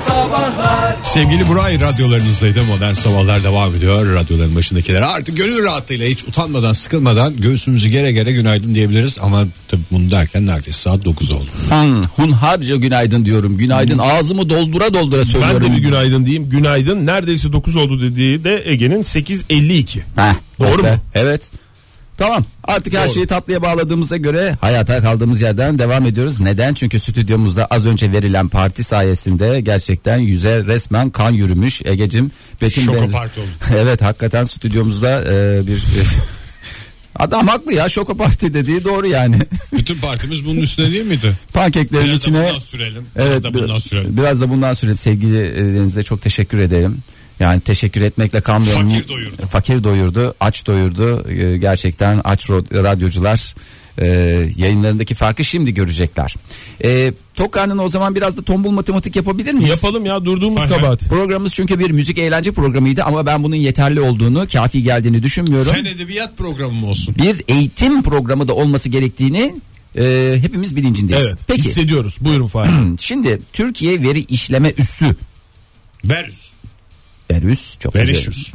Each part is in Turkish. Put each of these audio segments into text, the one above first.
Sabahlar. Sevgili Buray, radyolarınızdaydı. Modern Sabahlar devam ediyor. Radyoların başındakiler artık gönül rahatlığıyla, hiç utanmadan, sıkılmadan göğsümüzü gere gere günaydın diyebiliriz. Ama tabii bunu derken neredeyse saat 9 oldu. Hunharca günaydın diyorum. Günaydın ağzımı doldura doldura söylüyorum. Ben de bir günaydın diyeyim. Günaydın, neredeyse 9 oldu dediği de Ege'nin 8.52. Doğru mu? Evet. Tamam, artık her Doğru. şeyi tatlıya bağladığımıza göre hayata kaldığımız yerden devam ediyoruz. Neden? Çünkü stüdyomuzda az önce verilen parti sayesinde gerçekten yüze resmen kan yürümüş. Egecim, Betim Şoka parti oldu. Evet, hakikaten stüdyomuzda bir adam haklı ya, şoka parti dediği doğru yani. Bütün partimiz bunun üstüne değil miydi? Pankeklerin Biraz içine da bundan sürelim. Biraz da bundan sürelim. Biraz da bundan sürelim. Sevgili Deniz'e çok teşekkür ederim. Yani teşekkür etmekle kalmıyorum. Fakir doyurdu. Fakir doyurdu, aç doyurdu. Gerçekten aç radyocular yayınlarındaki farkı şimdi görecekler. Tok karnına o zaman biraz da tombul matematik yapabilir miyiz? Yapalım ya, durduğumuz kabahat. Programımız çünkü bir müzik eğlence programıydı ama ben bunun yeterli olduğunu, kafi geldiğini düşünmüyorum. Fen edebiyat programı mı olsun? Bir eğitim programı da olması gerektiğini hepimiz bilincindeyiz. Evet, Peki. hissediyoruz. Buyurun Fahir. Şimdi Türkiye Veri İşleme Üssü. Verüs. Verüs çok Verişüs.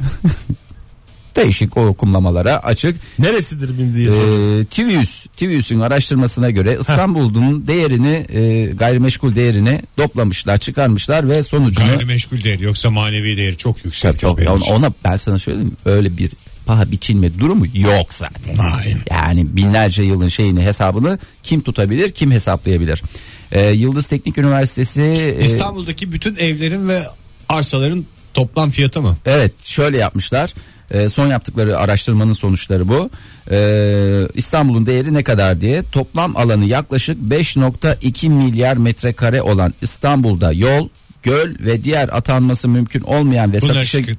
Değişik okumlamalara açık. Neresidir diye soracağız. TÜVÜS'ün araştırmasına göre İstanbul'un değerini, gayrimeşgul değerini toplamışlar, çıkarmışlar ve sonucunu... Gayrimeşgul değeri, yoksa manevi değeri çok yüksek. Çok, ona ben sana söyleyeyim, öyle bir paha biçilme durumu yok zaten. Hayır. Yani binlerce yılın şeyini, hesabını kim tutabilir, kim hesaplayabilir? Yıldız Teknik Üniversitesi... İstanbul'daki bütün evlerin ve arsaların toplam fiyatı mı? Evet, şöyle yapmışlar. Son yaptıkları araştırmanın sonuçları bu. İstanbul'un değeri ne kadar diye, toplam alanı yaklaşık 5.2 milyar metrekare olan İstanbul'da yol, göl ve diğer atanması mümkün olmayan ve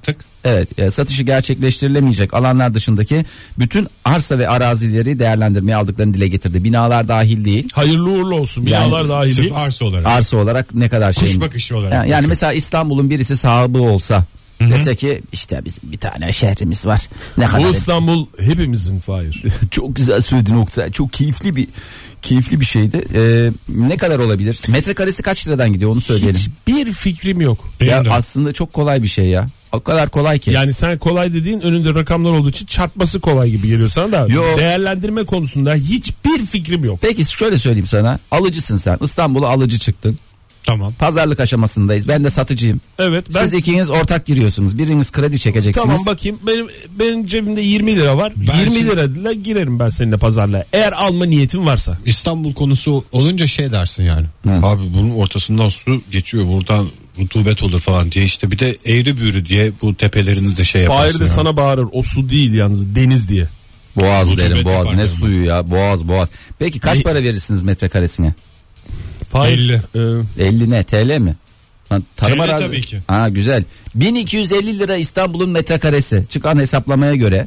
satışı gerçekleştirilemeyecek alanlar dışındaki bütün arsa ve arazileri değerlendirmeye aldıklarını dile getirdi. Binalar dahil değil. Hayırlı uğurlu olsun. Binalar Yani, dahil değil. Arsa olarak. Arsa olarak ne kadar şey. Kuş bakışı olarak. Yani mesela İstanbul'un birisi sahibi olsa, dese ki işte bizim bir tane şehrimiz var. Ne kadar. Bu İstanbul hepimizin Fahir. Çok güzel söyledin Oktay. Çok keyifli bir şeydi. Ne kadar olabilir? Metrekaresi kaç liradan gidiyor onu söyleyelim. Hiçbir fikrim yok. Ya aslında çok kolay bir şey ya. O kadar kolay ki. Yani sen kolay dediğin, önünde rakamlar olduğu için çarpması kolay gibi geliyor sana da. Yok. Değerlendirme konusunda hiçbir fikrim yok. Peki şöyle söyleyeyim sana. Alıcısın sen. İstanbul'a alıcı çıktın. Tamam. Pazarlık aşamasındayız. Ben de satıcıyım. Evet. Siz ikiniz ortak giriyorsunuz. Biriniz kredi çekeceksiniz. Tamam, bakayım. Benim cebimde 20 lira var. 20 lirayla girerim ben seninle pazarlığa. Eğer alma niyetin varsa. İstanbul konusu olunca şey dersin yani. Abi bunun ortasından su geçiyor, buradan rutubet olur falan diye, işte bir de eğri büğrü diye bu tepelerini de şey yaparsın. Fahir de sana bağırır. O su değil yalnız, deniz diye. Boğaz Rutubet derim, boğaz. yapar Ne canım. suyu ya, boğaz. Peki kaç para verirsiniz metrekaresine? Fahir, 50 ne, TL mi? Tarım TL arazi. tabii ki. Ha, güzel. 1250 lira İstanbul'un metrekaresi. Çıkan hesaplamaya göre.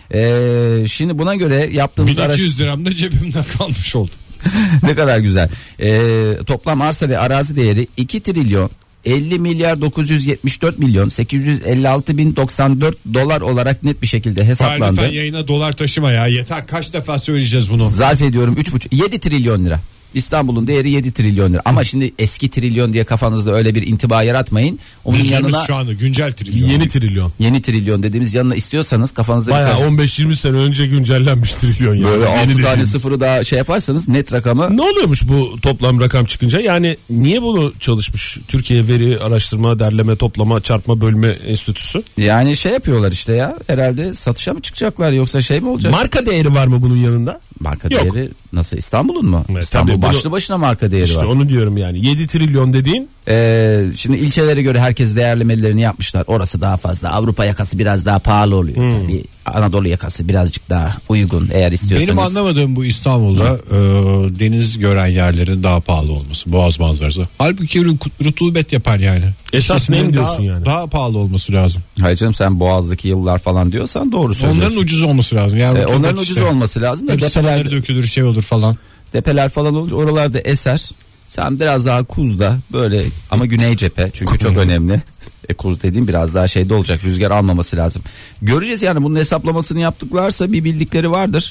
Şimdi buna göre yaptığımız 1200 liram da cebimden kalmış oldu. ne kadar güzel. Toplam arsa ve arazi değeri 2 trilyon 50 milyar 974 milyon 856 bin 94 dolar olarak net bir şekilde hesaplandı. Lütfen yayına dolar taşıma ya, yeter, kaç defa söyleyeceğiz bunu. Zarf ediyorum 7 trilyon lira. İstanbul'un değeri 7 trilyon lira. Ama şimdi eski trilyon diye kafanızda öyle bir intiba yaratmayın. Onun Bildiğimiz yanına şu anda güncel trilyon. yeni trilyon. dediğimiz yanına istiyorsanız kafanızda Bayağı 15-20 sene önce güncellenmiş trilyon yani. böyle 6 tane dediğimiz. sıfırı daha şey yaparsanız net rakamı. Ne oluyormuş bu toplam rakam çıkınca? Yani niye bunu çalışmış Türkiye Veri Araştırma, Derleme, Toplama, Çarpma, Bölme Enstitüsü? Yani şey yapıyorlar işte ya, herhalde satışa mı çıkacaklar yoksa şey mi olacak? Marka değeri var mı bunun yanında? Marka Yok. değeri nasıl, İstanbul'un mu? Evet, İstanbul tabii başlı bunu- başına marka değeri İşte var. onu diyorum yani. 7 trilyon dediğin Şimdi ilçelere göre herkes değerlemelerini yapmışlar. Orası daha fazla. Avrupa yakası biraz daha pahalı oluyor. Tabii Anadolu yakası birazcık daha uygun eğer istiyorsanız. Benim anlamadığım bu İstanbul'da deniz gören yerlerin daha pahalı olması, boğaz manzarası. Halbuki rutubet yapar yani. Esas İkisinin ne diyorsun daha, yani? Daha pahalı olması lazım. Hayır canım, sen Boğaz'daki yıllar falan diyorsan doğru söylüyorsun. Onların ucuz olması lazım. Yani rutubet Onların ucuz işte. olması lazım da Depeler dökülür, şey olur falan. depeler falan olunca oralarda eser. Sen biraz daha Kuz'da böyle, ama güney cephe çünkü çok önemli. Kuz dediğim biraz daha şeyde olacak, rüzgar almaması lazım. Göreceğiz yani, bunun hesaplamasını yaptıklarsa bir bildikleri vardır.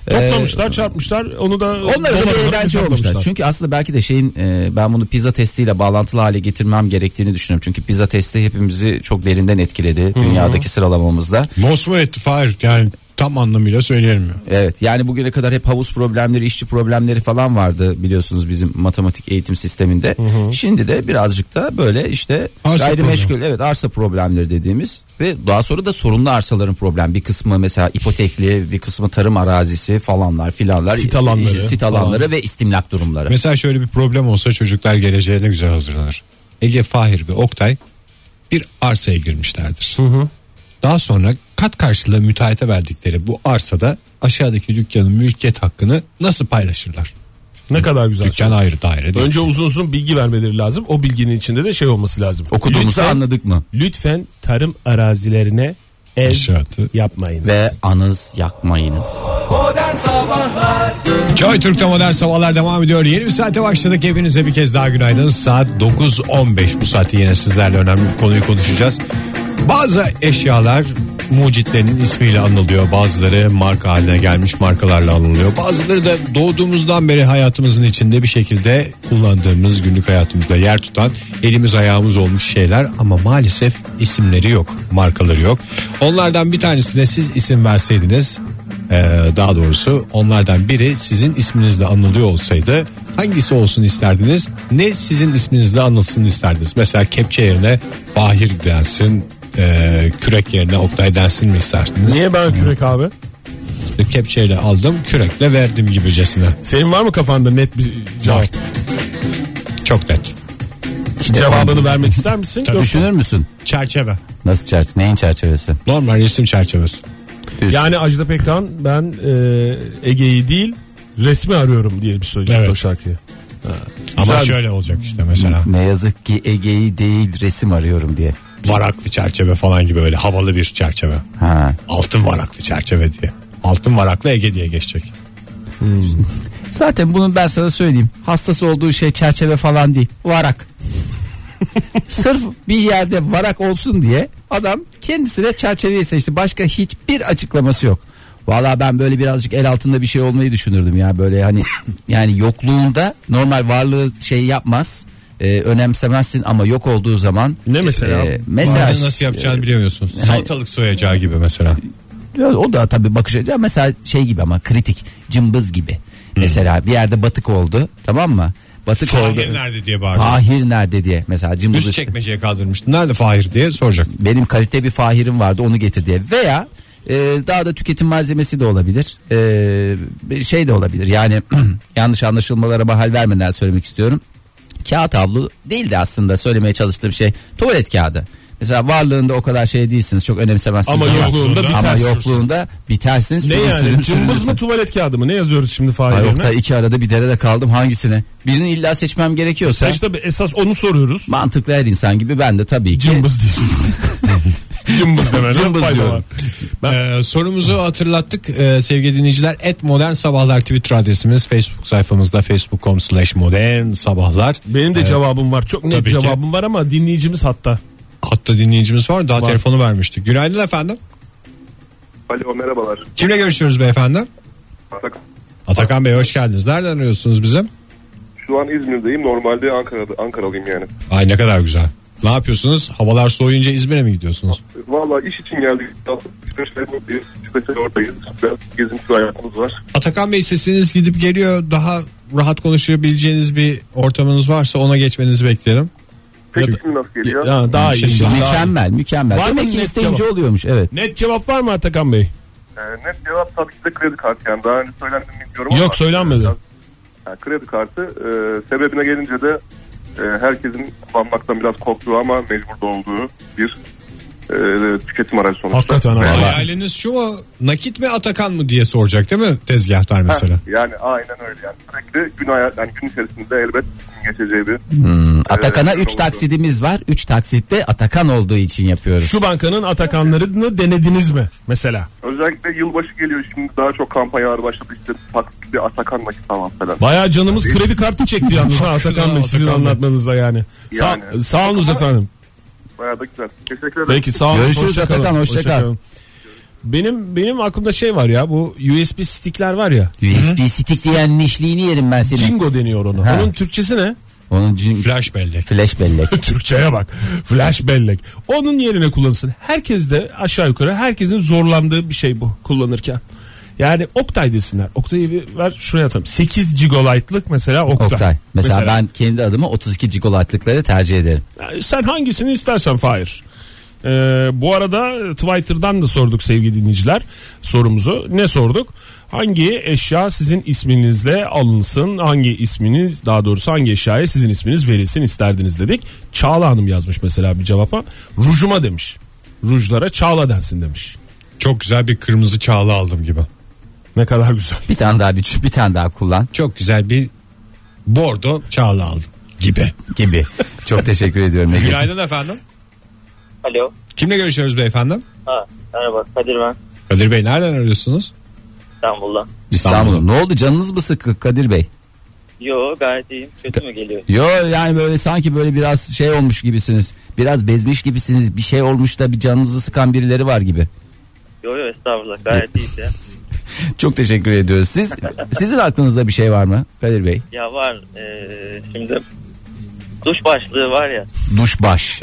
Toplamışlar, çarpmışlar. Onu da onları da bir eğlence olmuşlar. Çünkü aslında belki de ben bunu pizza testiyle bağlantılı hale getirmem gerektiğini düşünüyorum. Çünkü pizza testi hepimizi çok derinden etkiledi dünyadaki sıralamamızda. Mosmor etti Fahir, yani tam anlamıyla söyleyemiyor. Evet, yani bugüne kadar hep havuz problemleri, işçi problemleri falan vardı biliyorsunuz bizim matematik eğitim sisteminde. Şimdi de birazcık da böyle işte gayrimeşgul, evet, arsa problemleri dediğimiz ve daha sonra da sorunlu arsaların problem. Bir kısmı mesela ipotekli, bir kısmı tarım arazisi falanlar filanlar, sit alanları ve istimlak durumları. Mesela şöyle bir problem olsa çocuklar geleceğe ne güzel hazırlanır. Ege, Fahir ve Oktay bir arsaya girmişlerdir. Daha sonra kat karşılığı müteahhite verdikleri bu arsada aşağıdaki dükkanın mülkiyet hakkını nasıl paylaşırlar? Ne kadar güzel. Dükkan ayrı, daire değil. Önce uzun bilgi vermeleri lazım. O bilginin içinde de olması lazım. Okuduğumuzu anladık mı? Lütfen tarım arazilerine ev yapmayın. Ve anız yakmayınız. Joy Türk'te Modern Sabahlar devam ediyor. Yeni bir saate başladık. Hepinize bir kez daha günaydın. Saat 9.15. Bu saatte yine sizlerle önemli bir konuyu konuşacağız. Bazı eşyalar mucitlerinin ismiyle anılıyor. Bazıları marka haline gelmiş markalarla anılıyor. Bazıları da doğduğumuzdan beri hayatımızın içinde bir şekilde kullandığımız, günlük hayatımızda yer tutan, elimiz ayağımız olmuş şeyler ama maalesef isimleri yok, markaları yok. Onlardan bir tanesine siz isim verseydiniz, daha doğrusu onlardan biri sizin isminizle anılıyor olsaydı hangisi olsun isterdiniz? Ne sizin isminizle anılsın isterdiniz? Mesela kepçe yerine Fahir densin, kürek yerine Oktay densin mi isterdiniz? Niye ben kürek abi? İşte kepçeyle aldım, kürekle verdim gibicesine. Senin var mı kafanda net bir cevap? Çok net. Cevabını vermek ister misin? Düşünür müsün? Çerçeve. Nasıl çerçeve? Neyin çerçevesi? Normal resim çerçevesi. Yani Ajda Pekkan ben Ege'yi değil resmi arıyorum diye bir söyleyecek o şarkıyı. Ama şöyle olacak işte mesela. Ne yazık ki Ege'yi değil resim arıyorum diye. Varaklı çerçeve falan gibi, öyle havalı bir çerçeve. Altın varaklı çerçeve diye. Altın varaklı Ege diye geçecek. Zaten bunun ben sana söyleyeyim, hastası olduğu şey çerçeve falan değil, varak. Sırf bir yerde varak olsun diye adam kendisine çerçeveyi seçti. Başka hiçbir açıklaması yok. Vallahi ben böyle birazcık el altında bir şey olmayı düşünürdüm ya, böyle hani yani yokluğunda normal varlığı yapmaz. Önemsemezsin ama yok olduğu zaman ne mesela? Mesela nasıl yapacağını bilemiyorsun. Salatalık soyacağı gibi mesela. O da tabii bakış açısı mesela gibi ama kritik, cımbız gibi. Mesela bir yerde batık oldu, tamam mı? Batık Fahir oldu. nerede diye bağırdı. Fahir nerede diye mesela cımbız. Üst çekmeceye kaldırmıştı. Nerede Fahir diye soracak. Benim kalite bir Fahir'im vardı, onu getir diye. Veya daha da tüketim malzemesi de olabilir. De olabilir. Yani yanlış anlaşılmalara mahal vermeden söylemek istiyorum. Kağıt havlu değil de aslında söylemeye çalıştığım şey tuvalet kağıdı. Mesela varlığında o kadar değilsiniz, çok önemsemezsiniz. Ama yokluğunda bitersiniz. Ne yani? Cımbız mı tuvalet kağıdı mı? Ne yazıyoruz şimdi Fahir'ine? Yoksa iki arada bir derede kaldım, hangisine? Birini illa seçmem gerekiyorsa. İşte esas onu soruyoruz. Mantıklı her insan gibi ben de tabii ki. Cımbız diyorsun. Cımbız demeden fayda var. Sorumuzu hatırlattık sevgili dinleyiciler. @modernsabahlar Twitter adresimiz, Facebook sayfamızda facebook.com/modernsabahlar. Benim de cevabım var, çok net cevabım var ama dinleyicimiz hatta dinleyicimiz var, daha telefonu vermiştik. Günaydın efendim. Alo, merhabalar. Kimle görüşüyoruz beyefendi? Atakan Bey, hoş geldiniz. Nereden arıyorsunuz bize? Şu an İzmir'deyim. Normalde Ankaralıyım yani. Ay ne kadar güzel. Ne yapıyorsunuz? Havalar soğuyunca İzmir'e mi gidiyorsunuz? Vallahi iş için geldik. Spesiyel oradayız. Biraz gezinti hayatımız var. Atakan Bey, sesiniz gidip geliyor. Daha rahat konuşabileceğiniz bir ortamınız varsa ona geçmenizi bekleyelim. Peki şimdi nasıl geliyor? Ya, daha iyi. Mükemmel. Var demek ki isteyince oluyormuş. Evet. Net cevap var mı Atakan Bey? Net cevap tabii ki de kredi kartı. Yani daha önce söylendim bilmiyorum. Yok, söylenmedi. Yani kredi kartı sebebine gelince de herkesin kullanmaktan biraz korktuğu ama mecbur da olduğu bir tüketim aracı sonuçta. Hakikaten abi. Hayaliniz şu mu? Nakit mi Atakan mı diye soracak değil mi tezgahtar mesela? Yani aynen öyle yani. Sürekli gün içerisinde elbet geçeceği bir. Atakan'a 3 taksidimiz var. 3 taksitte Atakan olduğu için yapıyoruz. Şu bankanın Atakanlarını denediniz mi mesela? Özellikle yılbaşı geliyor, şimdi daha çok kampanyalar başladı, işte taksitli Atakan nakit falan falan. Bayağı canımız kredi kartı çekti yalnız Atakan Bey, sizin anlatmanızda yani. Sağ olunuz efendim. Bayağı da güzel. Teşekkür ederim. Peki, sağ olun. Görüşürüz Atakan, hoşça kal. Benim aklımda şey var ya, bu USB stickler var ya. USB stick diyen nişliğini yerim ben senin. Jingo deniyor ona. Ha. Onun Türkçesi ne? Onun Flash bellek. Flash bellek. Türkçeye bak. Flash bellek. Onun yerine kullanılsın. Herkes de aşağı yukarı herkesin zorlandığı bir şey bu kullanırken. Yani Oktay desinler. Oktay'ı ver şuraya atalım. 8 GB'lık mesela Oktay. Mesela ben kendi adıma 32 GB'lıkları tercih ederim. Yani sen hangisini istersen Fahir. Bu arada Twitter'dan da sorduk sevgili dinleyiciler sorumuzu. Ne sorduk? Hangi eşya sizin isminizle alınsın? Hangi eşyaya sizin isminiz verilsin isterdiniz dedik. Çağla Hanım yazmış mesela bir cevapa. Rujuma demiş. Rujlara Çağla densin demiş. Çok güzel bir kırmızı çağla aldım gibi. Ne kadar güzel. Bir tane daha kullan. Çok güzel bir bordo çağla aldım gibi. Çok teşekkür ediyorum. Günaydın efendim. Alo. Kimle görüşüyoruz beyefendi? Merhaba, Kadir ben. Kadir Bey, nereden arıyorsunuz? İstanbul'da. Ne oldu, canınız mı sıkkı Kadir Bey? Yo, gayet iyiyim. Kötü mü geliyor? Yo, yani böyle sanki böyle biraz şey olmuş gibisiniz. Biraz bezmiş gibisiniz. Bir şey olmuş da bir canınızı sıkan birileri var gibi. Yo estağfurullah, gayet iyiyiz ya. Çok teşekkür ediyoruz. Sizin aklınızda bir şey var mı Kadir Bey? Ya var. Şimdi duş başlığı var ya. Duş baş.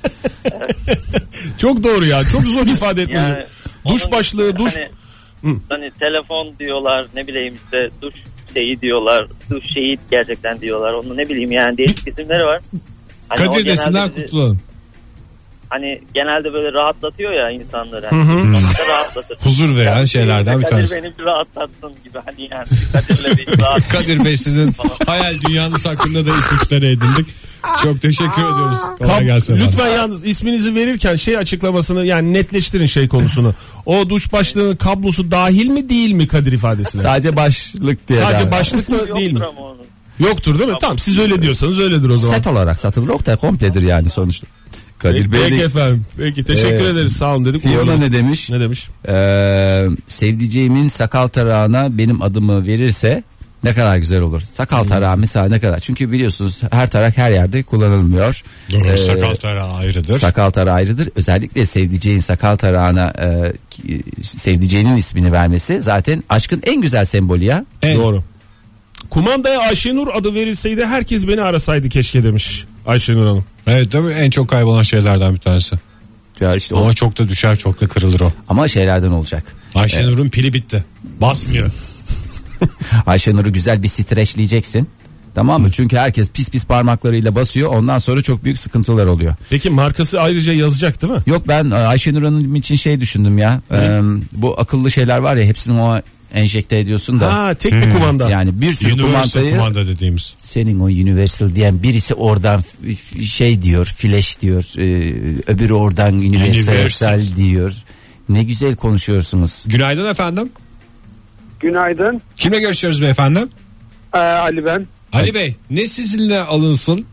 Çok doğru ya. Çok zor ifade etmesi. Yani duş başlığı, duş. Hani telefon diyorlar, ne bileyim işte duş şeyi diyorlar. Duş şeyi gerçekten diyorlar. Onu ne bileyim yani değişik isimleri var. Hani Kadir desinler kurtulalım. Hani genelde böyle rahatlatıyor ya insanları. Hani rahatlatır. Huzur veren yani şeylerden bir tanesi. Kadir beni bir rahatlatsın gibi. Hani yani Kadir'le bir rahat. Kadir Bey, sizin hayal dünyanız hakkında da ipuçları edindik. Çok teşekkür ediyoruz. Kolay gelsin. Lütfen yalnız isminizi verirken şey açıklamasını yani netleştirin şey konusunu. O duş başlığının kablosu dahil mi değil mi Kadir ifadesine? Sadece başlık diye. Sadece başlık mı değil mi? Yoktur değil mi? Tamam, siz öyle diyorsanız öyledir o zaman. Set olarak satılır. Oktay kompledir yani sonuçta. Kadir Bey. Peki efendim. Peki teşekkür ederiz. Sağ olun dedik. Fiona ne demiş? Ne demiş? Sevdiceğimin sakal tarağına benim adımı verirse ne kadar güzel olur. Sakal tarağı mesela ne kadar? Çünkü biliyorsunuz her tarak her yerde kullanılmıyor. Doğru, sakal tarağı ayrıdır. Sakal tarağı ayrıdır. Özellikle sevdiceğin sakal tarağına sevdiceğinin ismini vermesi zaten aşkın en güzel sembolü ya. Evet. Doğru. Kumandaya Ayşenur adı verilseydi herkes beni arasaydı keşke demiş Ayşenur Hanım. Evet, değil mi? En çok kaybolan şeylerden bir tanesi. Ya işte ama çok da düşer, çok da kırılır o. Ama şeylerden olacak. Ayşenur'un pili bitti. Basmıyor. Ayşenur'u güzel bir streçleyeceksin. Tamam mı? Çünkü herkes pis pis parmaklarıyla basıyor. Ondan sonra çok büyük sıkıntılar oluyor. Peki markası ayrıca yazacak değil mi? Yok, ben Ayşenur Hanım için şey düşündüm ya. Bu akıllı şeyler var ya, hepsini o enjekte ediyorsun da. Ha, tek bir kumanda. Yani bir sürü kumandayı. Kumanda dediğimiz. Senin o universal diyen birisi oradan şey diyor, flash diyor. Öbürü oradan universal diyor. Ne güzel konuşuyorsunuz. Günaydın efendim. Günaydın. Kimle görüşüyoruz beyefendi? Ali ben. Ali Bey, ne sizinle alınsın?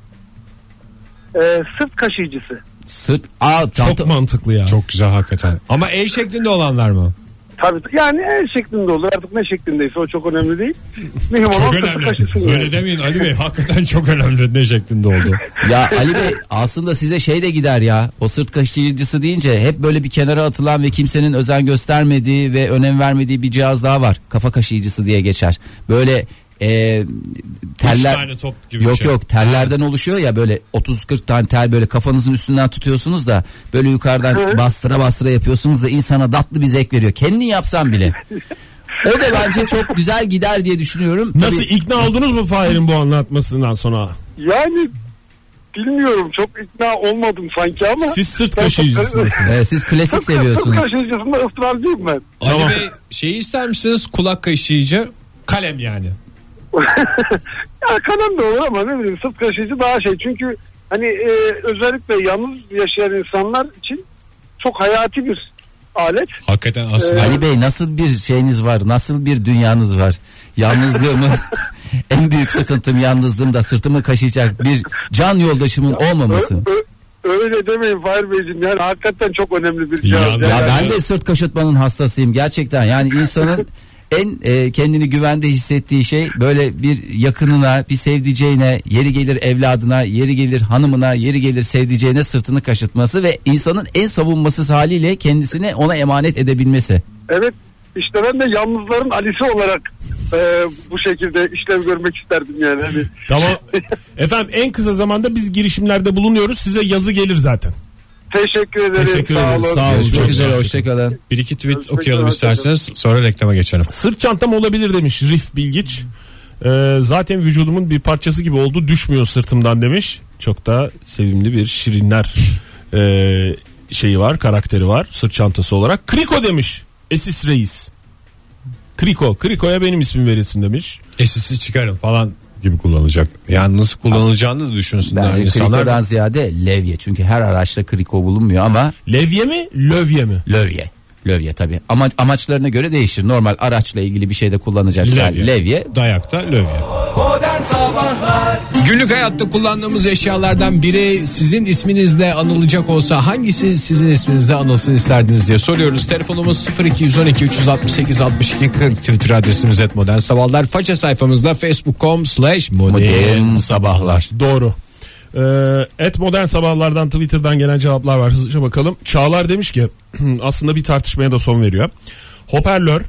Sırt kaşıyıcısı. Sırt. Çok mantıklı ya. Çok güzel hakikaten. Ama el şeklinde olanlar mı? Tabii yani el şeklinde olur, artık ne şeklindeyse o çok önemli değil. Çok önemli. Öyle demeyin Ali Bey, hakikaten çok önemli ne şeklinde oldu. Ya Ali Bey, aslında size şey de gider ya. O sırt kaşıyıcısı deyince hep böyle bir kenara atılan ve kimsenin özen göstermediği ve önem vermediği bir cihaz daha var. Kafa kaşıyıcısı diye geçer. Böyle teller, yok tellerden oluşuyor ya, böyle 30-40 tane tel, böyle kafanızın üstünden tutuyorsunuz da böyle yukarıdan bastıra bastıra yapıyorsunuz da insana tatlı bir zevk veriyor. Kendin yapsan bile. O da bence çok güzel gider diye düşünüyorum. Nasıl, tabii, ikna oldunuz mu Fahir'in bu anlatmasından sonra? Yani bilmiyorum, çok ikna olmadım sanki ama. Siz sırt kaşıyıcısınız. Siz klasik seviyorsunuz. Sırt kaşıyıcısında ısrarcıyım ben. Ali Bey, şeyi ister misiniz, kulak kaşıyıcı, kalem yani? Ya kalem de olur ama ne bileyim, sırt kaşıyıcı daha şey. Çünkü hani özellikle yalnız yaşayan insanlar için çok hayati bir alet. Hakikaten aslında. Ali Bey, nasıl bir şeyiniz var, nasıl bir dünyanız var? Yalnızlığımın en büyük sıkıntım, yalnızlığımda sırtımı kaşıyacak bir can yoldaşımın olmaması. Öyle demeyin Fahir Beyciğim, yani hakikaten çok önemli bir cihaz. Ya ben de sırt kaşıtmanın hastasıyım gerçekten. Yani insanın en kendini güvende hissettiği şey böyle bir yakınına, bir sevdiceğine, yeri gelir evladına, yeri gelir hanımına, yeri gelir sevdiceğine sırtını kaşıtması ve insanın en savunmasız haliyle kendisini ona emanet edebilmesi. Evet, işte ben de yalnızların Ali'si olarak bu şekilde işlev görmek isterdim yani. Hani... Tamam. Efendim en kısa zamanda biz girişimlerde bulunuyoruz. Size yazı gelir zaten. Teşekkür ederim. Teşekkür ederiz. Sağ olun. Çok Çok güzel, hoşçakalın. Bir iki tweet okuyalım isterseniz, sonra reklama geçelim. Sırt çantam olabilir demiş Rif Bilgiç. Zaten vücudumun bir parçası gibi oldu, düşmüyor sırtımdan demiş. Çok da sevimli bir şirinler şeyi var, karakteri var sırt çantası olarak. Kriko demiş Esis Reis. Kriko'ya benim ismim verilsin demiş. Sisi çıkarın falan gibi kullanılacak. Yani nasıl kullanılacağını da düşünsünler Bence insanlar. krikodan ziyade levye, çünkü her araçta kriko bulunmuyor ama Levye mi, lövye mi? Lövye tabii. Ama amaçlarına göre değişir. Normal araçla ilgili bir şeyde kullanacaksan levye. Dayakta lövye. Günlük hayatta kullandığımız eşyalardan biri sizin isminizle anılacak olsa hangisi sizin isminizle anılsın isterdiniz diye soruyoruz. Telefonumuz 0212 368 62 40, Twitter adresimiz @modernsabahlar, faça sayfamızda facebook.com/modern sabahlar. Doğru. Modern sabahlardan Twitter'dan gelen cevaplar var, hızlıca bakalım. Çağlar demiş ki aslında bir tartışmaya da son veriyor. Hoparlör,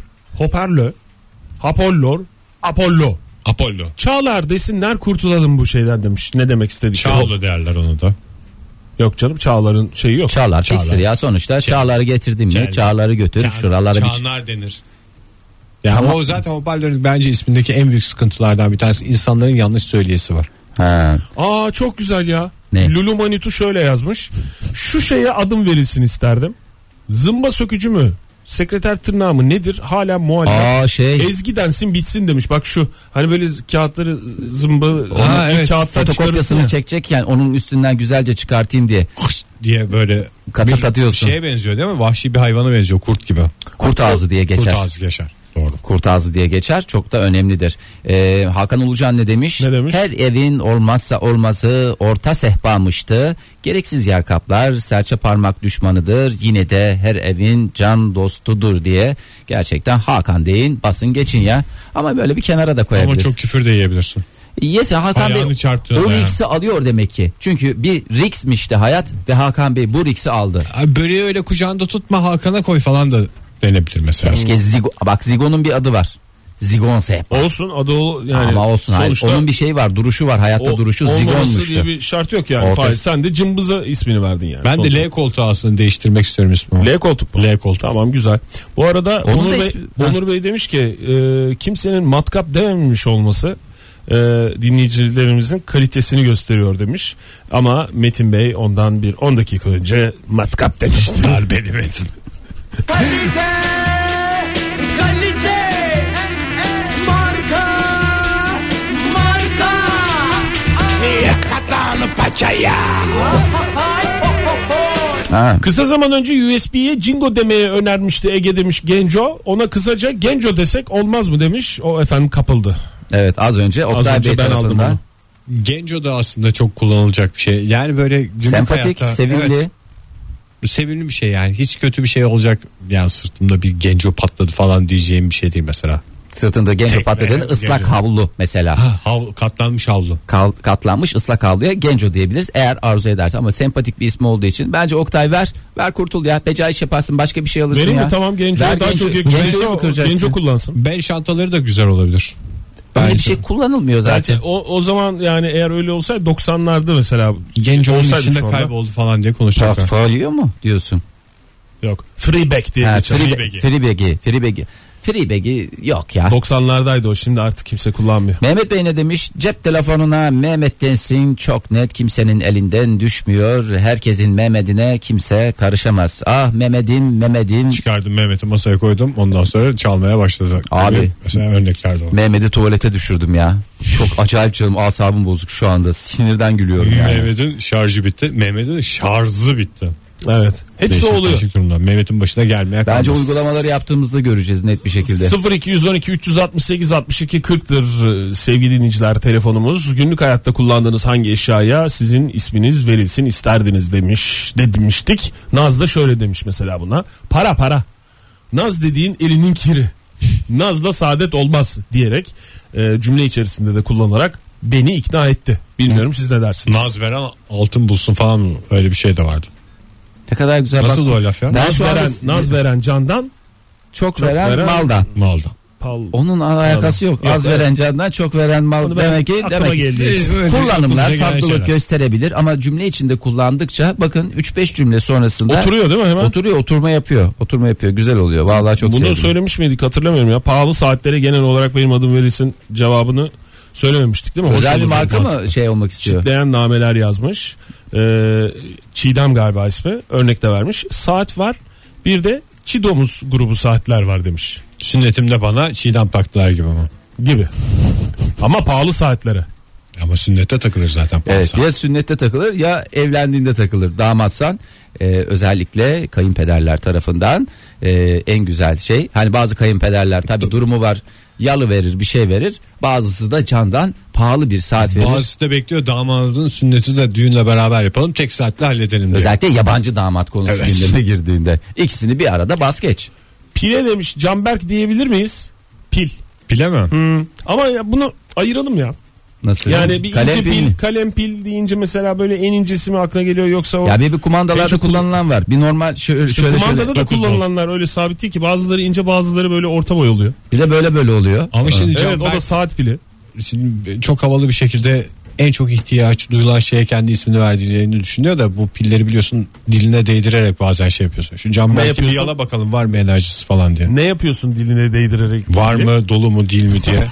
Apollo. Çağlar desinler, kurtulalım bu şeyden demiş. Ne demek istedik? Çağlı derler onu da. Yok canım, Çağlar'ın şeyi yok. Çağlar fikstir ya sonuçta. Çağlar'ı getirdin mi? Çağlar'ı götür. Şuralara Çağlar denir. Ya ama o zaten hoparlörün bence ismindeki en büyük sıkıntılardan bir tanesi, insanların yanlış söyleyesi var. Ha. Çok güzel ya. Ne? Lulu Manitu şöyle yazmış. Şu şeye adım verilsin isterdim. Zımba sökücü mü? Sekreter tırnağı mı nedir? Hala muhalif. Ezgi densin bitsin demiş. Bak şu hani böyle kağıtları zımba evet. Fotokopisini çekecek yani, onun üstünden güzelce çıkartayım diye böyle katıyorsun. Şeye benziyor değil mi? Vahşi bir hayvana benziyor, kurt gibi. Kurt ağzı diye geçer. Kurt ağzı geçer. Doğru. Kurt ağzı diye geçer. Çok da önemlidir. Hakan Ulucan ne demiş? Ne demiş? Her evin olmazsa olmazı orta sehpamıştı. Gereksiz yer kaplar, serçe parmak düşmanıdır. Yine de her evin can dostudur diye. Gerçekten Hakan deyin, basın geçin ya. Ama böyle bir kenara da koyabilir. Ama çok küfür de yiyebilirsin. Yes, Hakan Bey o Rix'i alıyor demek ki. Çünkü bir Rix'mişti hayat ve Hakan Bey bu Rix'i aldı. Böreği öyle kucağında tutma, Hakan'a koy falan da denebilir mesela. Keşke Zigon'un bir adı var. Zigon sehpa. Olsun adı yani. Ama olsun, sonuçta, onun bir şeyi var, duruşu var, hayatta duruşu Zigon'muştu. Olmaması diye bir şart yok yani. Fahir, sen de Cımbız'a ismini verdin yani. Ben sonuçta. de L koltuğu aslında değiştirmek istiyorum ismimi. L koltuk mu? L koltuk. Tamam, güzel. Bu arada Onur Bey demiş ki kimsenin matkap dememiş olması dinleyicilerimizin kalitesini gösteriyor demiş. Ama Metin Bey ondan bir 10 dakika önce matkap demişti. Benim Metin. Kalite marka yakadan paçaya. Kısa zaman önce USB'ye Jingo demeye önermişti Ege demiş Genco. Ona kısaca Genco desek olmaz mı demiş. O efendim kapıldı. Evet, az önce Oktay Bey tarafından. Genco da aslında çok kullanılacak bir şey. Yani böyle sempatik, hayatta, sevimli. Evet, sevimli bir şey yani. Hiç kötü bir şey olacak. Yani sırtımda bir Genco patladı falan diyeceğim bir şey değil mesela. Sırtında Genco patladığını ıslak havlu mesela. Katlanmış havlu. Katlanmış ıslak havluya Genco diyebiliriz eğer arzu ederse, ama sempatik bir ismi olduğu için bence Oktay ver kurtul ya. Becaiş yaparsın, başka bir şey alırsın. Verin ya. mi? Tamam, Genco'ya daha çok yakışırsa Genco kullansın. Bel çantaları da güzel olabilir. Öyle bir şey kullanılmıyor zaten. O zaman yani eğer öyle olsaydı 90'larda mesela Genco'nun içinde kayboldu falan diye konuşacaklar. Portfolio mu diyorsun? Yok. Freebag diye geçer. Freebag'i yok ya. 90'lardaydı o, şimdi artık kimse kullanmıyor. Mehmet Bey ne demiş? Cep telefonuna Mehmet densin, çok net, kimsenin elinden düşmüyor. Herkesin Mehmet'ine kimse karışamaz. Ah Mehmet'im. Çıkardım Mehmet'i masaya koydum, ondan sonra çalmaya başladı. Abi mesela örneklerde o. Mehmet'i tuvalete düşürdüm ya. Çok acayip canım, asabım bozuk şu anda. Sinirden gülüyorum yani. Mehmet'in şarjı bitti. Mehmet'in şarjı bitti. Evet. Hepsi oluyor. Mehmet'in başına gelmeye kalmaz. Bence uygulamaları yaptığımızda göreceğiz net bir şekilde. 0212 368 62 40'tır sevgili dinleyiciler telefonumuz. Günlük hayatta kullandığınız hangi eşyaya sizin isminiz verilsin isterdiniz demiştik. Naz da şöyle demiş mesela buna. Para. Naz dediğin elinin kiri. Naz'da saadet olmaz diyerek cümle içerisinde de kullanarak beni ikna etti. Bilmiyorum siz ne dersiniz? Naz veren altın bulsun falan mı? Öyle bir şey de vardı. Ne kadar güzel. Nasıl o laf ya? Naz veren candan, çok veren maldan. Maldan. Onun alakası yok. Az veren candan, çok veren mal demek ki kullanımlar farklılık gösterebilir ama cümle içinde kullandıkça bakın 3-5 cümle sonrasında oturuyor değil mi hemen? Oturma yapıyor. Güzel oluyor. Vallahi çok sevdim. Bunu söylemiş miydik hatırlamıyorum ya. Pahalı saatlere genel olarak benim adım verilsin cevabını söylememiştik değil mi? Özel bir marka mı şey olmak istiyor? Çitleyen nameler yazmış. Çiğdem galiba ismi. Örnek de vermiş. Saat var. Bir de Çidomuz grubu saatler var demiş. Sünnetimde bana çiğdem taktılar gibi mi? Gibi. Ama pahalı saatlere. Ama sünnette takılır zaten pahalı evet, saat. ya sünnette takılır ya evlendiğinde takılır. Damatsan özellikle kayınpederler tarafından en güzel şey. Hani bazı kayınpederler tabii durumu var. Yalı verir, bir şey verir. Bazısı da candan pahalı bir saat verir. Bazısı da bekliyor damadın sünneti de düğünle beraber yapalım, tek saatle halledelim diye. Özellikle yabancı damat konusu gündeme girdiğinde. İkisini bir arada bas geç. Pile demiş Canberk diyebilir miyiz? Pil. Pile mi? Ama ya bunu ayıralım ya. Nasıl? Yani bir kalem ince pil, kalem pil deyince mesela böyle en incesi mi aklına geliyor yoksa o? Ya bir kumandalarda kullanılan var. Bir normal şöyle kumandada da kullanılanlar öyle sabit değil ki. Bazıları ince, bazıları böyle orta boy oluyor. Bir de böyle oluyor. Ama şimdi evet, o da saat pili. Şimdi çok havalı bir şekilde en çok ihtiyaç duyulan şeye kendi ismini verdiğini düşünüyor da bu pilleri biliyorsun diline değdirerek bazen şey yapıyorsun. Şu Canberk pili yala bakalım var mı enerjisi falan diye. Ne yapıyorsun diline değdirerek? Var mı, dolu mu, değil mi diye.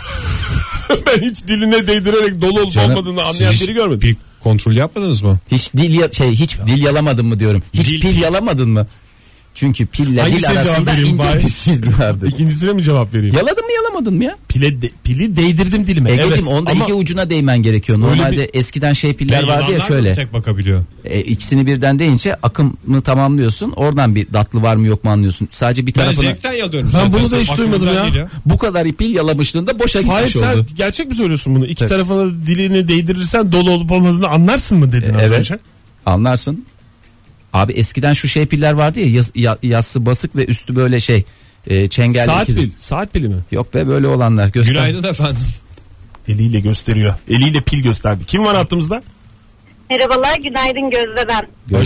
Ben hiç diline değdirerek dolu olup olmadığını anlayan biri görmedim. Bir kontrol yapmadınız mı? Hiç dil yalamadın mı diyorum. Hiç pil yalamadın mı? Çünkü pille dil arasında ince bir çizgi vardır. İkincisine mi cevap vereyim? Yaladın mı yalamadın mı ya? Pili değdirdim dilime. Egeciğim onda iki ucuna değmen gerekiyor. Normalde eskiden piller vardı ya şöyle. Tek bakabiliyor. İkisini birden deyince akımını tamamlıyorsun. Oradan bir datlı var mı yok mu anlıyorsun. Sadece bir tarafına. Ben zevkten yalıyorum. Ben bunu da hiç duymadım ya. Bu kadar pil yalamışlığında boşa gitmiş oldu. Hayır sen gerçek mi söylüyorsun bunu? İki tarafına dilini değdirirsen dolu olup olmadığını anlarsın mı dedin az önce? Anlarsın. Abi eskiden şu piller vardı ya yassı basık ve üstü böyle çengelli. Saat pili mi? Yok be böyle olanlar. Günaydın efendim. Eliyle gösteriyor. Eliyle pil gösterdi. Kim var hattımızda? Merhabalar, günaydın Gözde ben.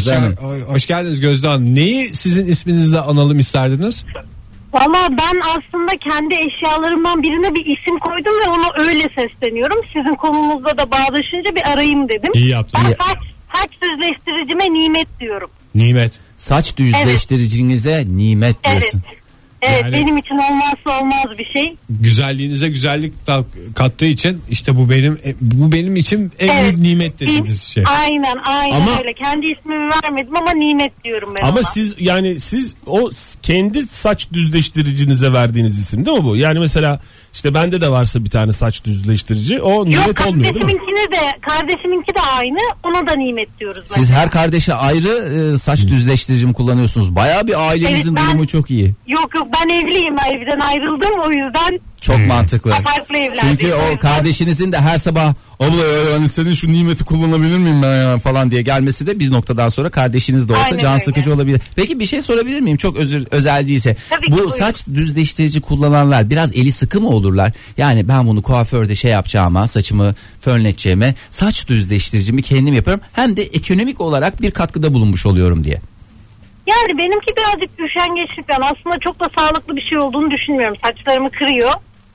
Hoş geldiniz Gözde Hanım. Neyi sizin isminizle analım isterdiniz? Valla ben aslında kendi eşyalarımdan birine bir isim koydum ve ona öyle sesleniyorum. Sizin konunuzda da bağdaşınca bir arayayım dedim. İyi yaptınız. Ben saç düzleştiricime nimet diyorum. Nimet. Saç düzleştiricinize nimet diyorsun. Evet yani, benim için olmazsa olmaz bir şey. Güzelliğinize güzellik kattığı için işte bu benim için en büyük nimet dediğiniz şey. Aynen ama, öyle. Kendi ismimi vermedim ama nimet diyorum ben ama ona. siz o kendi saç düzleştiricinize verdiğiniz isim değil mi bu? Yani mesela işte bende de varsa bir tane saç düzleştirici o nimet olmuyor değil mi? Kardeşiminki de aynı, ona da nimet diyoruz. Siz her kardeşe ayrı saç düzleştirici mi kullanıyorsunuz? Bayağı bir ailenizin durumu çok iyi. Yok ben evliyim, evden ayrıldım o yüzden. Çok mantıklı. Farklı evlendik. Çünkü o kardeşinizin de her sabah abla yani senin şu nimeti kullanabilir miyim ben ya falan diye gelmesi de bir noktadan sonra kardeşiniz de olsa aynen can öyle. Sıkıcı olabilir. Peki bir şey sorabilir miyim? Çok özel değilse. Tabii bu saç düzleştirici kullananlar biraz eli sıkı mı olurlar? Yani ben bunu kuaförde yapacağıma, saçımı fönleteceğime saç düzleştiricimi kendim yaparım. Hem de ekonomik olarak bir katkıda bulunmuş oluyorum diye. Yani benimki birazcık üşengeçlikten, aslında çok da sağlıklı bir şey olduğunu düşünmüyorum. Saçlarımı kırıyor.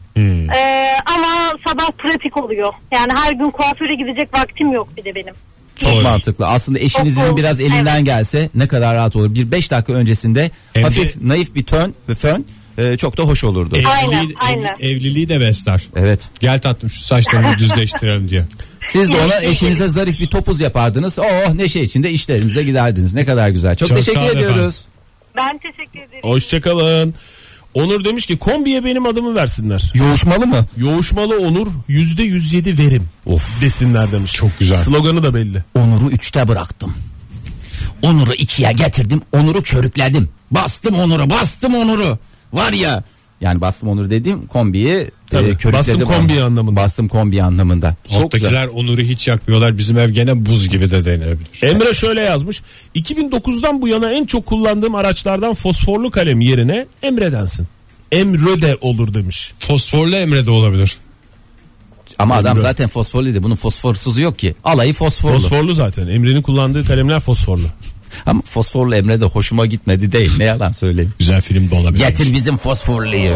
Ama sabah pratik oluyor. Yani her gün kuaföre gidecek vaktim yok bir de benim. Çok mantıklı. Aslında eşinizin biraz elinden gelse ne kadar rahat olur. Bir 5 dakika öncesinde hafif naif bir tön ve fön çok da hoş olurdu. Aynen. Evliliği de besler. Evet. Gel tatlım şu saçlarımı düzleştirelim diye. Siz de ona eşinize zarif bir topuz yapardınız. Oh neşe içinde işlerinize giderdiniz. Ne kadar güzel. Çok teşekkür ediyoruz. Ben teşekkür ederim. Hoşçakalın. Onur demiş ki kombiye benim adımı versinler. Yoğuşmalı mı? Yoğuşmalı Onur %107 verim. Of. Desinler demiş. Çok güzel. Sloganı da belli. Onur'u 3'te bıraktım. Onur'u 2'ye getirdim. Onur'u körükledim. Bastım Onur'u. Var ya. Yani bastım Onur dediğim kombiyi körükledim. Bastım kombi anlamında. Bastım kombi anlamında. Alttakiler Onur'u hiç yakmıyorlar. Bizim ev gene buz gibi de denilebilir. Emre şöyle yazmış. 2009'dan bu yana en çok kullandığım araçlardan fosforlu kalem yerine Emre densin. Emre de olur demiş. Fosforlu Emre de olabilir. Ama adam Emre. zaten fosforluydu. Bunun fosforsuzu yok ki. Alayı fosforlu. Fosforlu zaten. Emre'nin kullandığı kalemler fosforlu. Ama fosforlu Emre de hoşuma gitmedi değil. Ne yalan söyleyeyim. Güzel film de olabilir. Getir bizim fosforluyu.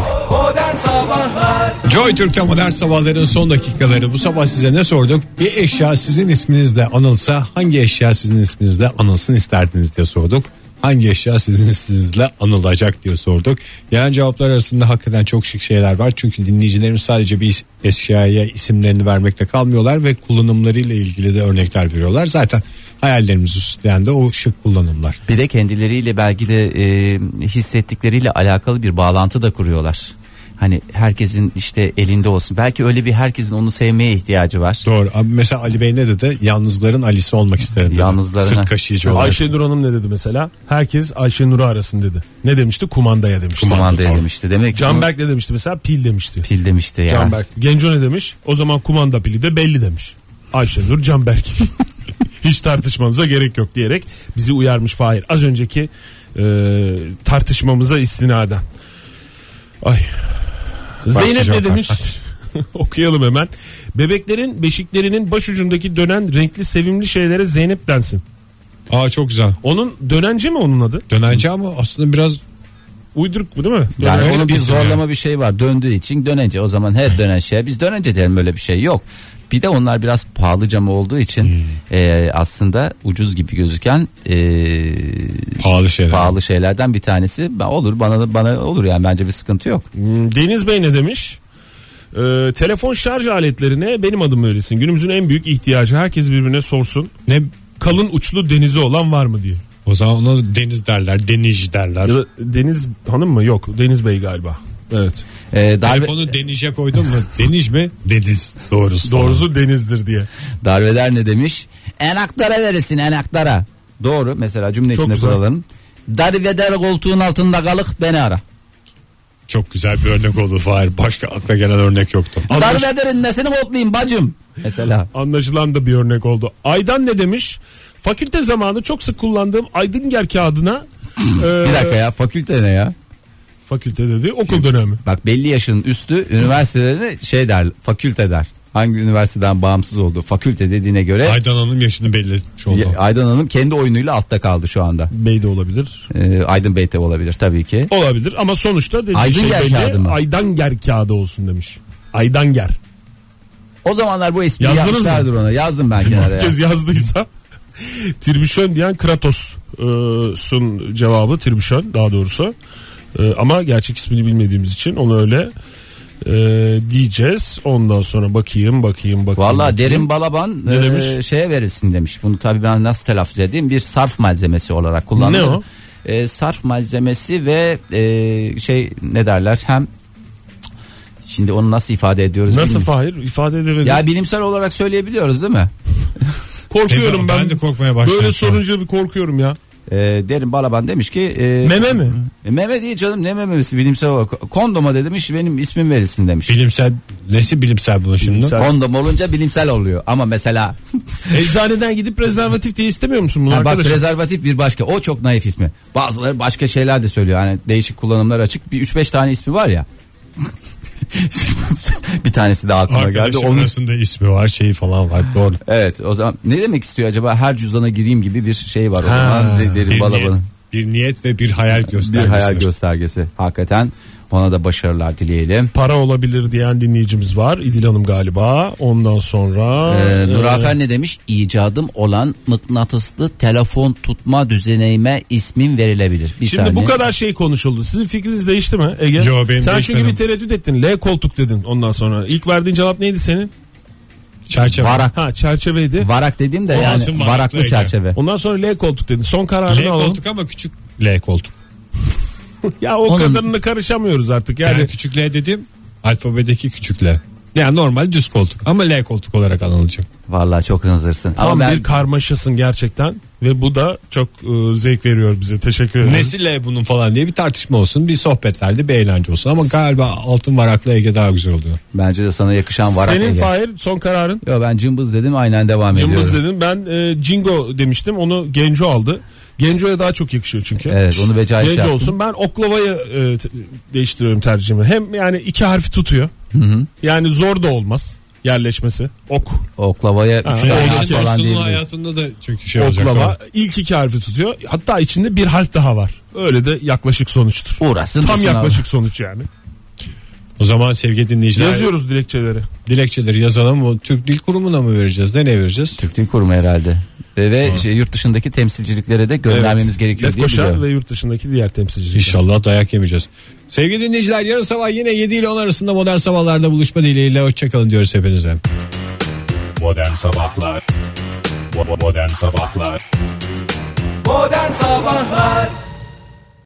Joy Türk'te modern sabahların son dakikaları. Bu sabah size ne sorduk? Bir eşya sizin isminizle anılsa hangi eşya sizin isminizle anılsın isterdiniz diye sorduk. Hangi eşya sizin isminizle anılacak diye sorduk. Yani cevaplar arasında hakikaten çok şık şeyler var. Çünkü dinleyicilerimiz sadece bir eşyaya isimlerini vermekte kalmıyorlar ve kullanımlarıyla ilgili de örnekler veriyorlar. Zaten hayallerimizi süsleyen de o şık kullanımlar. Bir de kendileriyle belki de hissettikleriyle alakalı bir bağlantı da kuruyorlar. Hani herkesin işte elinde olsun. Belki öyle bir herkesin onu sevmeye ihtiyacı var. Doğru. Abi mesela Ali Bey ne dedi? Yalnızların Ali'si olmak isterim dedi. Yalnızların Sırt kaşıyıcı olarak. Ayşenur Hanım ne dedi mesela? Herkes Ayşenur'u arasın dedi. Ne demişti? Kumandaya demişti. Kumandaya demişti. Demek ki Canberk ne demişti mesela? Pil demişti. pil demişti ya. Canberk. Genco ne demiş? O zaman kumanda pili de belli demiş. Ayşenur Canberk. Hiç tartışmanıza gerek yok diyerek bizi uyarmış Fahir. Az önceki tartışmamıza istinaden. Ay. Zeynep ne demiş? Okuyalım hemen. Bebeklerin beşiklerinin başucundaki dönen renkli sevimli şeylere Zeynep densin. Aa çok güzel. Onun dönence mi onun adı? Dönence ama aslında biraz Uyduruk bu değil mi? Yani Öyle onun bir bizim zorlama yani. bir şey var. Döndüğü için dönence. O zaman her dönen şey biz dönence derim, böyle bir şey yok. Bir de onlar biraz pahalıca mı olduğu için aslında ucuz gibi gözüken pahalı şeylerden bir tanesi. Olur bana olur yani, bence bir sıkıntı yok. Deniz Bey ne demiş? Telefon şarj aletlerine benim adım öylesin. Günümüzün en büyük ihtiyacı, herkes birbirine sorsun. Ne? Kalın uçlu denizi olan var mı diye. O zaman ona Deniz derler, Deniz derler. Ya da Deniz Hanım mı? Yok, Deniz Bey galiba. Evet. Telefonu Deniz'e koydun mu? Deniz mi? Deniz. Doğrusu Deniz'dir diye. Darveder ne demiş? Enaktara verirsin, enaktara. Doğru, mesela cümle içinde kuralım. Darveder koltuğun altında kalık beni ara. Çok güzel bir örnek oldu Fahir. Başka akla gelen örnek yoktu. Darvederin nesini kodlayayım bacım? Mesela. Anlaşılan da bir örnek oldu. Aydan ne demiş? Fakülte zamanı çok sık kullandığım Aydınger kağıdına bir dakika ya, fakülte ne ya? Fakülte dedi, okul dönemi. Bak, belli yaşın üstü üniversitelerini şey der, fakülte der. Hangi üniversiteden bağımsız olduğu, fakülte dediğine göre. Aydan Hanım yaşını belli etmiş oldu. Aydan Hanım kendi oyunuyla altta kaldı şu anda. Bey de olabilir. Aydın Bey de olabilir tabii ki. Olabilir ama sonuçta dediği Aydınger şey kağıdı belli. mı? Aydanger kağıdı olsun demiş. Aydanger. O zamanlar bu espriyi Yazdınız yapmışlardır mı? ona. Yazdım ben kenara. Herkes yazdıysa. Tribüşön diyen Kratos'un cevabı, Tribüşön daha doğrusu. Ama gerçek ismini bilmediğimiz için onu öyle diyeceğiz. Ondan sonra bakayım. Valla Derin Balaban şeye verilsin demiş. Bunu tabii ben nasıl telaffuz edeyim? Bir sarf malzemesi olarak kullanılır. Ne o? Sarf malzemesi ve ne derler, hem şimdi onu nasıl ifade ediyoruz? Nasıl Fahir? İfade edemedim. Ya bilimsel olarak söyleyebiliyoruz değil mi? Korkuyorum ben. Ben de korkmaya başladım. Böyle sorunca bir korkuyorum ya. Derin Balaban demiş ki meme mi? Meme değil canım, ne memesi, bilimsel olarak kondoma demiş, benim ismim verilsin demiş. Bilimsel, nesi bilimsel bunun şimdi? Kondom olunca bilimsel oluyor ama mesela eczaneden gidip prezervatif diye istemiyor musun bunu bak, arkadaşım? prezervatif bir başka, o çok naif ismi. Bazıları başka şeyler de söylüyor, hani değişik kullanımlar açık, bir 3-5 tane ismi var ya. Bir tanesi de aklıma geldi. Arkadaşım arasında ismi var, şeyi falan var, doğru. Evet, o zaman ne demek istiyor acaba? Her cüzdana gireyim gibi bir şey var o zaman. Derin Balaban'ın. Bir niyet ve bir hayal göstergesi. Bir hayal göstergesi. Hakikaten ona da başarılar dileyelim. Para olabilir diyen dinleyicimiz var. İdil Hanım galiba. Ondan sonra Nurafer ne demiş? İcadım olan mıknatıslı telefon tutma düzenime ismim verilebilir. Bir şimdi saniye. bu kadar şey konuşuldu. Sizin fikriniz değişti mi Ege? Yo, benim sen çünkü değişmedi. bir tereddüt ettin. L koltuk dedin ondan sonra. İlk verdiğin cevap neydi senin? Çerçeve. Varak. Ha, çerçeveydi. Varak dediğim de O yani olsun, varaklı varaklı çerçeve. Ondan sonra L koltuk dedin. Son kararını L alalım. koltuk ama küçük L koltuk. Ya o kadarını karışamıyoruz artık. Yani küçük L dedim, alfabedeki küçük L. Yani normal düz koltuk ama L koltuk olarak anılacak. Vallahi çok hınzırsın. Tam Ama ben bir karmaşasın gerçekten. Ve bu da çok zevk veriyor bize. Teşekkür ederim. Nesille bunun falan diye bir tartışma olsun, bir sohbetlerde bir eğlence olsun. Ama galiba altın varaklı Ege daha güzel oluyor. Bence de sana yakışan varak Ege. Senin Fahir son kararın? Yo, ben cımbız dedim, aynen devam ediyorum. Cımbız dedim. Ben Jingo demiştim. Onu Genco aldı. Genco'ya daha çok yakışıyor çünkü. Evet, onu becaiş Genco yaptım. olsun. Ben oklavayı değiştiriyorum tercihimi. Hem yani 2 harfi tutuyor. Hı. Yani zor da olmaz yerleşmesi. Oklavaya 3 tane harf falan Dostunun diyebiliriz. hayatında da çünkü şey olacak. Oklava ilk 2 harfi tutuyor. Hatta içinde bir harf daha var. Öyle de yaklaşık sonuçtur. Uğraşsın. Tam dursun yaklaşık abi. sonuç yani. O zaman sevgili dinleyiciler, Yazıyoruz dilekçeleri. dilekçeleri yazalım. O Türk Dil Kurumu'na mı vereceğiz? Nereye vereceğiz? Türk Dil Kurumu herhalde. Ve yurt dışındaki temsilciliklere de göndermemiz gerekiyor diye Lefkoşa biliyorum. ve yurt dışındaki diğer temsilciler. İnşallah dayak yemeyeceğiz. Sevgili dinleyiciler, yarın sabah yine 7 ile 10 arasında Modern Sabahlar'da buluşma dileğiyle hoşçakalın diyoruz hepinize. Modern Sabahlar. Modern Sabahlar. Modern Sabahlar